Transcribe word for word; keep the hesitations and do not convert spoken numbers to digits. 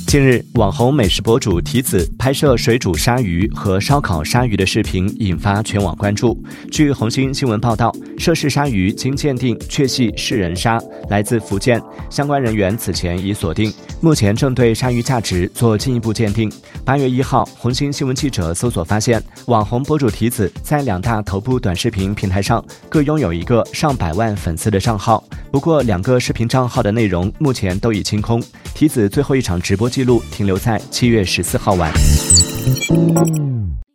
近日，网红美食博主提子拍摄水煮鲨鱼和烧烤鲨鱼的视频引发全网关注。据红星新闻报道，涉事鲨鱼经鉴定确系世人鲨，来自福建，相关人员此前已锁定，目前正对鲨鱼价值做进一步鉴定。八月一号，红星新闻记者搜索发现，网红博主提子在两大头部短视频平台上各拥有一个上百万粉丝的账号，不过两个视频账号的内容目前都已清空。提子最后一场直播记录停留在七月十四号晚。